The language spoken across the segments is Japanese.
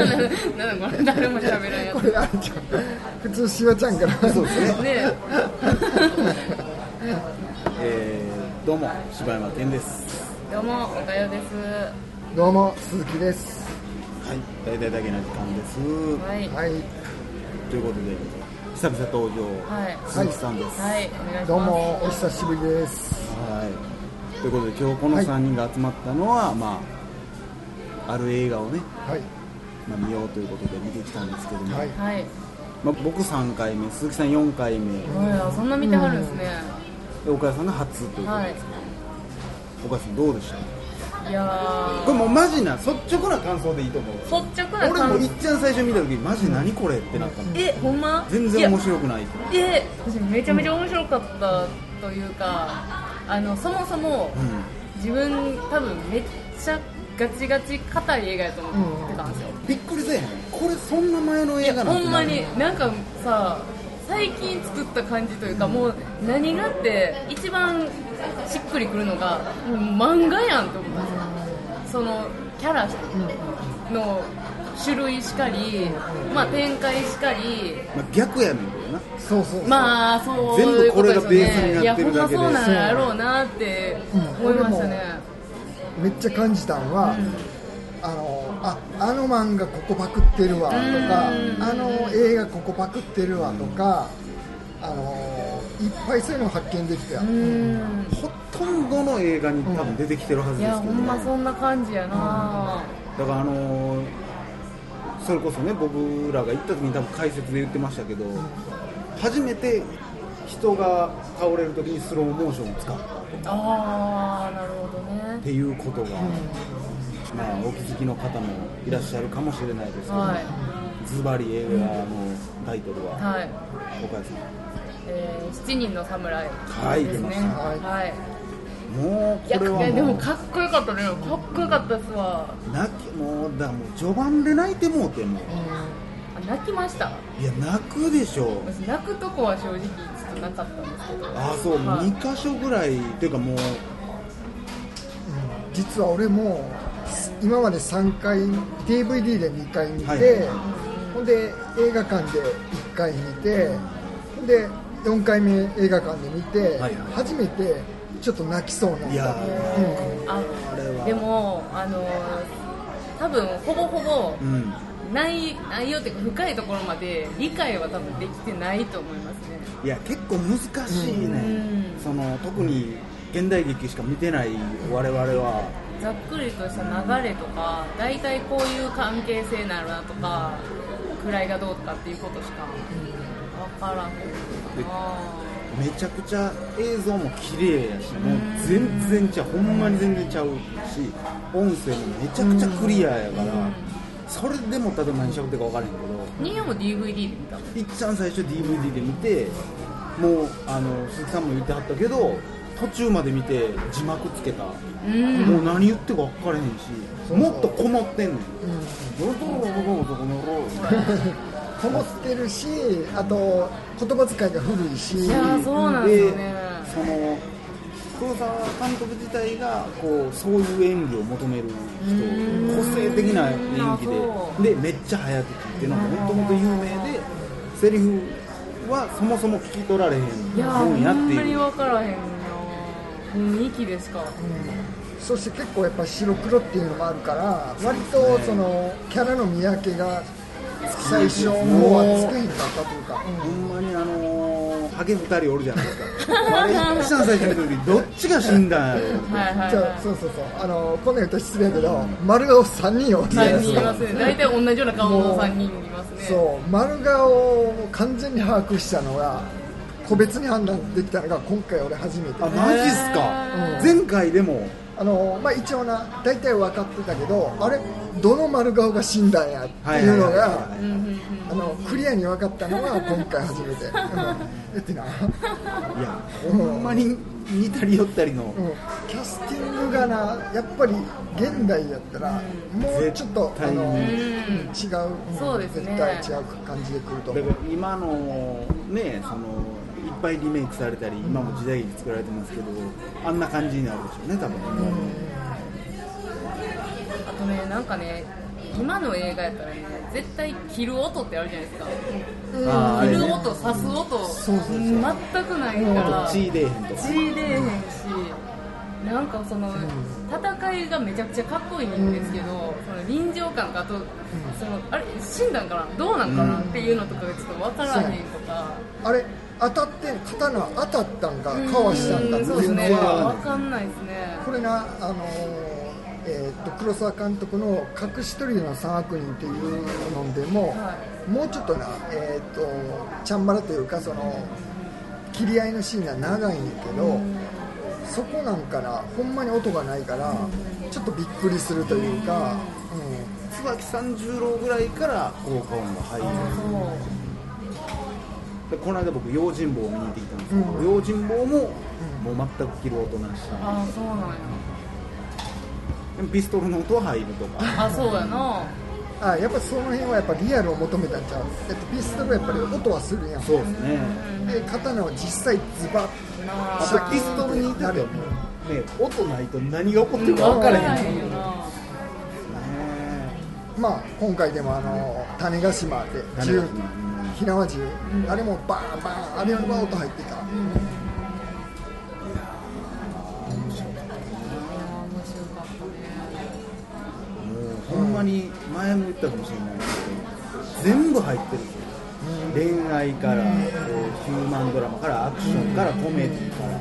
なんだこれ誰も喋らんやつ。 これあれちゃん普通しわちゃんからそうですね。 ねどうも柴山健です。 どうもおかよです。 どうも鈴木です。 はい、大々だけな時間です。 はい、 はい、 ということで久々登場、 はい、 鈴木さんです。 はい、お願いします。 どうもお久しぶりです。 はい、ということで今日この3人が集まったのは、ある映画をね、 はい、 見ようということで見てきたんですけども、 はい、 はい、 僕3回目、鈴木さん4回目、 そんな見てはるんですね。 で岡谷さんが初ということですけど、 はい、 岡谷さんどうでした？ いやこれもうマジな率直な感想でいいと思う。 率直な俺もいっちゃん最初見た時マジ何これってなったもん。 ほんま？ 全然面白くない。 私めちゃめちゃ面白かったというか、そもそも、自分多分めっちゃガチガチ硬い映画やと思ってたんですよ。 びっくりせえへん。これそんな前の映画なんてほんまになんかさ、最近作った感じというか、もう何がって一番しっくりくるのがもう漫画やんと思ったんですよ。そのキャラの種類しかり、展開しかり、 逆やねんけどな。 そうそうそう、 そういうことですよね。 全部これがベースになってるだけで、 いやほんまそうなんやろうなって思いましたね。 めっちゃ感じたのは、あの漫画ここパクってるわとか、あの映画ここパクってるわとか、いっぱいそういうのを発見できて、 ほとんどの映画に多分出てきてるはずいやですけどね。 ほんまそんな感じやな。 だからそれこそね、僕らが行った時に多分解説で言ってましたけど、初めて人が倒れる時にスローモーションを使ったなるほどねっていうことが、お気づきの方もいらっしゃるかもしれないですけど、ズバリ映画のタイトルは、岡谷さん、 7人の侍ですね。 もうこれはもうでもかっこよかったね。かっこよかったっすわ。 もう序盤で泣いてもうても泣きました。 いや泣くでしょ。 私泣くとこは正直ちょっとなかったんですけど、 そう、2箇所ぐらいっていうかもう、 実は俺も今まで3回 DVD で2回見て、ほんで映画館で1回見て、ほんで4回目映画館で見て、初めてちょっと泣きそうになった。 いや、 でも多分ほぼほぼ、内容っていうか深いところまで理解は多分できてないと思いますね。 いや結構難しいね、特に現代劇しか見てない我々はざっくりとした流れとか、大体こういう関係性なるなとか、位がどうとかっていうことしか分からん。 めちゃくちゃ映像も綺麗やし、もう全然ちゃう、ほんまに全然ちゃうし、音声もめちゃくちゃクリアやから、それでも例えば何しゃべってるか分からへんけど、 ニーヤも DVD で見たの？ いっちゃん最初 DVD で見て、もう鈴木さんも言ってはったけど、途中まで見て字幕つけた、もう何言ってるか分からへんし、もっとこもってんねん、 こもってるし、あと言葉遣いが古いし、 いやそうなんですよね。 黒沢監督自体がそういう演技を求める人、個性的な演技でめっちゃ早口っていうのがもともと有名で、セリフはそもそも聞き取られへんもんやっていう。 ほんまに分からへんな、雰囲気ですか。 そして結構やっぱ白黒っていうのもあるから、割とそのキャラの見分けが最初もうつけへんかったというか、 ほんまにハゲ2人おるじゃないですか。あれ一番最初の時どっちが死んだんやろ。 じゃあそうこんなん言うと失礼やけど、丸顔3人おるじゃないですか。 3人いますね。大体同じような顔の3人いますね。 そう丸顔を完全に把握したのが、個別に判断できたのが今回俺初めて。 マジっすか。前回でも一応大体分かってたけど、あれどの丸顔が死んだんやっていうのがクリアに分かったのが今回初めて。ってな、いやほんまに似たり寄ったりの、 キャスティングがやっぱり現代やったらもうちょっと違う、 そうですね、 絶対違う感じでくると思う。 だから今のね、いっぱいリメイクされたり、今も時代劇作られてますけど、あんな感じになるでしょうね、多分。 あとね、なんかね、 今の映画やったらね絶対切る音ってあるじゃないですか、 あ切る音、刺す音全くないから血出えへんとか血出えへんし、なんかその戦いがめちゃくちゃかっこいいんですけど、その臨場感とあとそのあれ死んだんかなどうなんかなっていうのとかがちょっと分からへんとか、 あれ当たって刀当たったんかかわしたんかってそうですね、 いうのは分かんないですね。 これな黒沢監督の「隠し砦の三悪人」っていうのでも、もうちょっとなチャンバラというかその切り合いのシーンが長いんやけど、そこなんかなほんまに音がないからちょっとびっくりするというか、 椿三十郎ぐらいから効果音が入る。でこの間僕用心棒を見に行ってきたんですけど、用心棒ももう全く切る音なし。 ああそうなんや。 でもピストルの音は入るとか。 あそうやな。 やっぱその辺はやっぱリアルを求めたんちゃう。ピストルはやっぱり音はするやん。 そうですね。 で刀は実際ズバッあとピストルにいててもね、音ないと何が起こってるか分からへんよな。 まあ今回でも種子島で銃火縄銃、あれもバーンバーンあれの音入ってた。 ほんまに前も言ったかもしれないけど全部入ってるんですよ、恋愛からヒューマンドラマからアクションからコメディから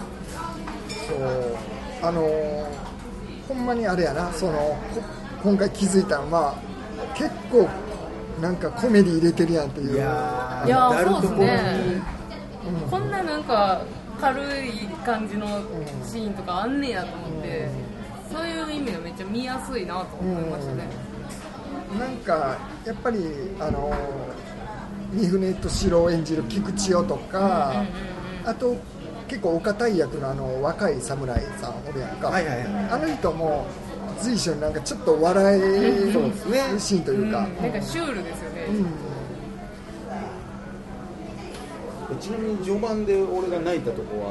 そうほんまにあれやな、その今回気づいたのは結構なんかコメディ入れてるやんっていう。 いやそうですね、こんななんか軽い感じのシーンとかあんねやと思って、そういう意味でめっちゃ見やすいなと思いましたね。 なんかやっぱり三船敏郎演じる菊千代とか、あと結構お堅い役の若い侍さんおるやんか、あの人も随所になんかちょっと笑えるシーンというか、 なんかシュールですよね。 ちなみに序盤で俺が泣いたとこ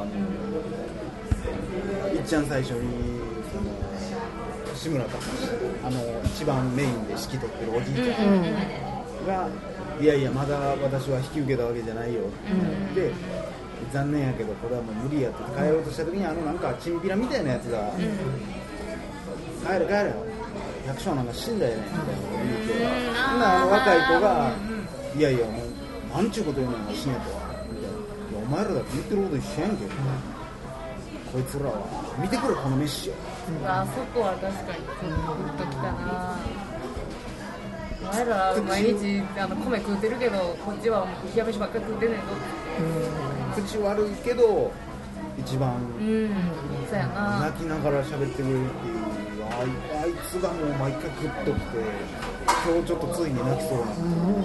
はいっちゃん最初に志村隆一番メインで指揮取ってるおじいちゃんが、いやいやまだ私は引き受けたわけじゃないよって言って、残念やけどこれはもう無理やって帰ろうとした時になんかチンピラみたいなやつが、帰れ帰れ百姓なんか死んだよねみたいなこと言うて、若い子が、いやいやもうなんちゅうこと言うのよ死ねとはみたいな、いやお前らだって言ってること一緒やんけど、こいつらは見てくれこの飯よ。 あそこは確かにグッときたな。お前ら毎日米食うてるけどこっちは冷や飯ばっかり食うてんねんぞ。 口悪いけど一番そうやな、 泣きながら喋ってくれるっていう、あいつがもう毎回グッときて、今日ちょっとついに泣きそうな。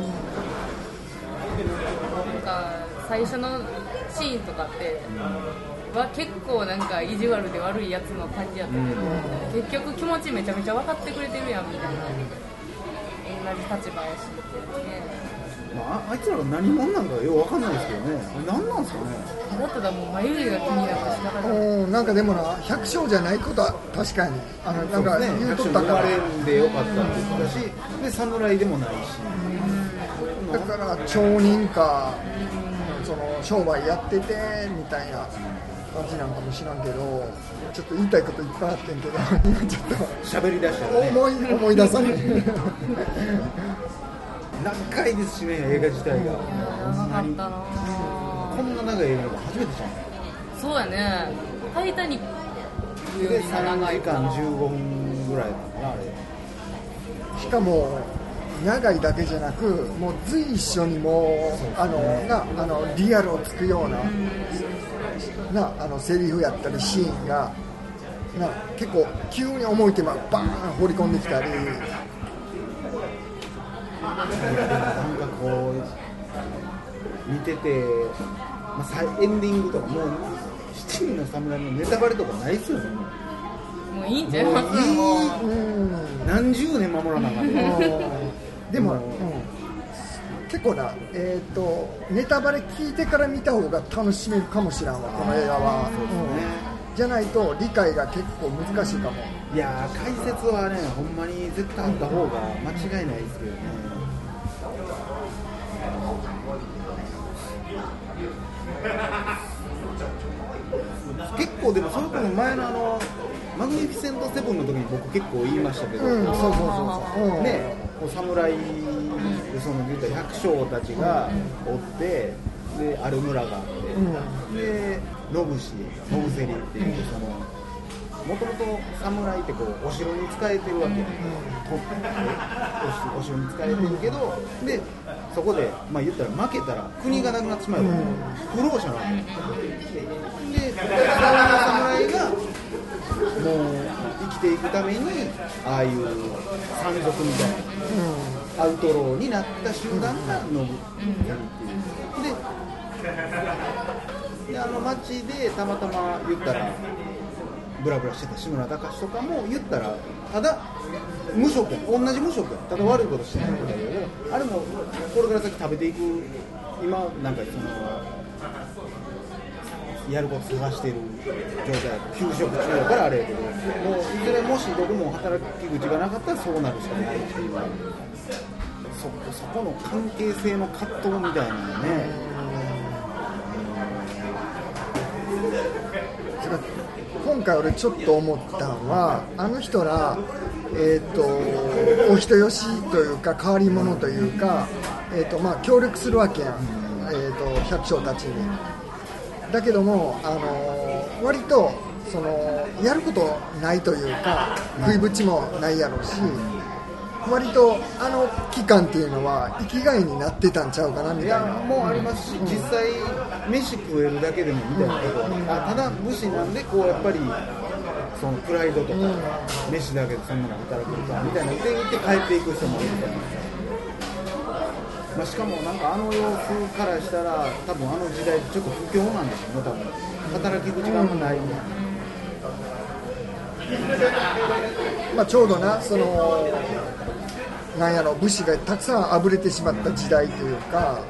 なんか最初のシーンとかっては結構なんか意地悪で悪いやつの感じやったけど、結局気持ちめちゃめちゃ分かってくれてるやんみたいな、同じ立場やしってね。 あいつらが何者なんかよく分かんないですけどね、何なんですかね。 ただただもう眉毛が気になって仕方ない。 なんかでもな百姓じゃないことは確かになんか言うとったから、 百姓生まれんでよかったって言ったし、で侍でもないし、 だから町人かその商売やっててみたいな感じなんかも知らんけど、ちょっと言いたいこといっぱいあってんけど今ちょっと喋り出したらね思い出さない長いですしね、映画自体が。 長かったな。 こんな長い映画が初めてじゃん。 そうやね、タイタニックよでりも長 3 いかな。 時間15分ぐらいかなあれ。 しかも長いだけじゃなく、もう随所にもリアルをつくようなセリフやったりシーンが結構急に重いテーマバーン放り込んできたり、 なんかこう見てて、エンディングとかもう七人の侍のネタバレとかないっすよね。 もういいんちゃいます？ 何十年守らなあかんね。 でも、結構な、ネタバレ聞いてから見た方が楽しめるかもしれんわ、この映画は。 じゃないと理解が結構難しいかも。 いやー、解説はねほんまに絶対あった方が間違いないですけどね。結構でもそれこそ前のマグニフィセントセブンの時に僕結構言いましたけど、 そうそう、 ね、こう侍でその言うたら百姓たちがおって、である村があって、で野伏せりっていうそのもともと侍ってこうお城に仕えてるわけ、お城に仕えてるけど、でそこでまあ言ったら負けたら国がなくなってしまうわけ、不老者なわけで、侍がもう生きていくためにああいう山賊みたいな、アウトローになった集団がノブっていうで、町でたまたま言ったらブラブラしてた志村隆とかも言ったらただ無職や、同じ無職や、ただ悪いことしてないんだけど、あれもこれから先食べていく、今なんかそのやること探してる状態だと、休職中だからあれやけど、もういずれもしどこも働き口がなかったらそうなるしかないっていう、そこの関係性の葛藤みたいなのね。 今回俺ちょっと思ったのは、あの人ら、お人よしというか変わり者というか、まあ、協力するわけやん、百姓たちに。だけども、割とそのやることないというか食いぶちもないやろうし、割と期間っていうのは生きがいになってたんちゃうかなみたいな。 いやもうありますし、実際飯食えるだけでもみたいなとこは、ただ武士なんでこうやっぱりそのプライドとか、飯だけでそんなの働くかみたいなって言って帰っていく人もいるじゃないですか。まあ、しかもなんか様子からしたら多分時代ちょっと不況なんでしょうね、多分働き口があんまない、 まあ、ちょうどな、そのなんやろ、武士がたくさんあぶれてしまった時代というか、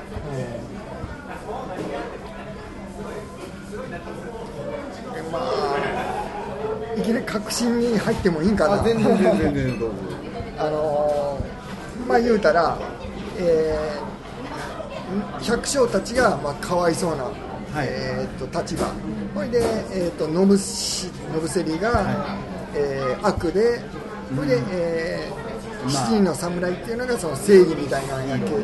まあいきなり革新に入ってもいいんかな。 全然どうぞ。 まあ言うたら、百姓たちがまあかわいそうな、立場、それで、野伏せりが、悪で、それで、七人の侍っていうのがその正義みたいなんやけども、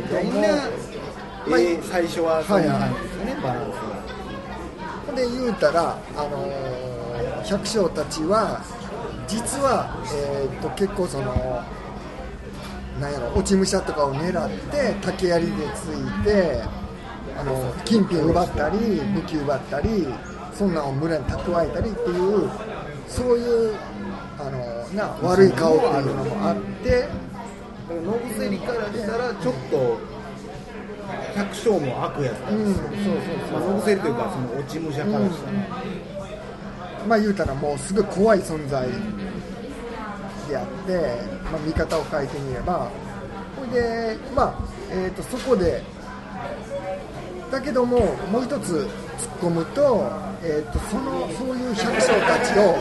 最初はそういう感じですよね、バランスが。 で言うたら、百姓たちは実は、結構そのなんやろ、落ち武者とかを狙って竹槍でついて金品奪ったり武器奪ったり、そんなのを村に蓄えたりっていう、そういう悪い顔っていうのもあって、 野伏りからしたらちょっと百姓も悪やったんですよ。野伏りというかその落ち武者からしたら、 まあ言うたらもうすごい怖い存在であって、まあ、見方を変えてみれば、それで、まあそこでだけどももう一つ突っ込むと、そういう百姓たちを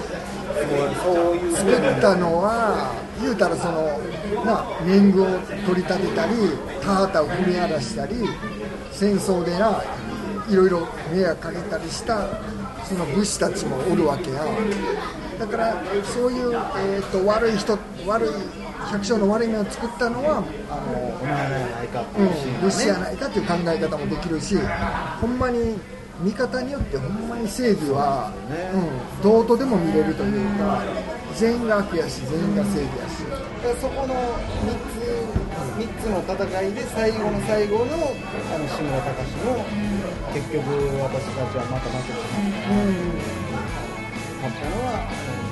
作ったのは、言うたらその年貢を取り立てたり田畑を踏み荒らしたり、戦争でいろいろ迷惑かけたりしたその武士たちもおるわけや。だからそういう、悪い百姓の悪い目を作ったのはお前らやないかって武士やないかっていう考え方もできるし、ほんまに見方によってほんまに正義は、どうとでも見れるというか、全員が悪やし全員が正義やし、 そこの3つの戦いで最後の最後の志村隆の結局私たちはまた負けてしまった、勝ったのは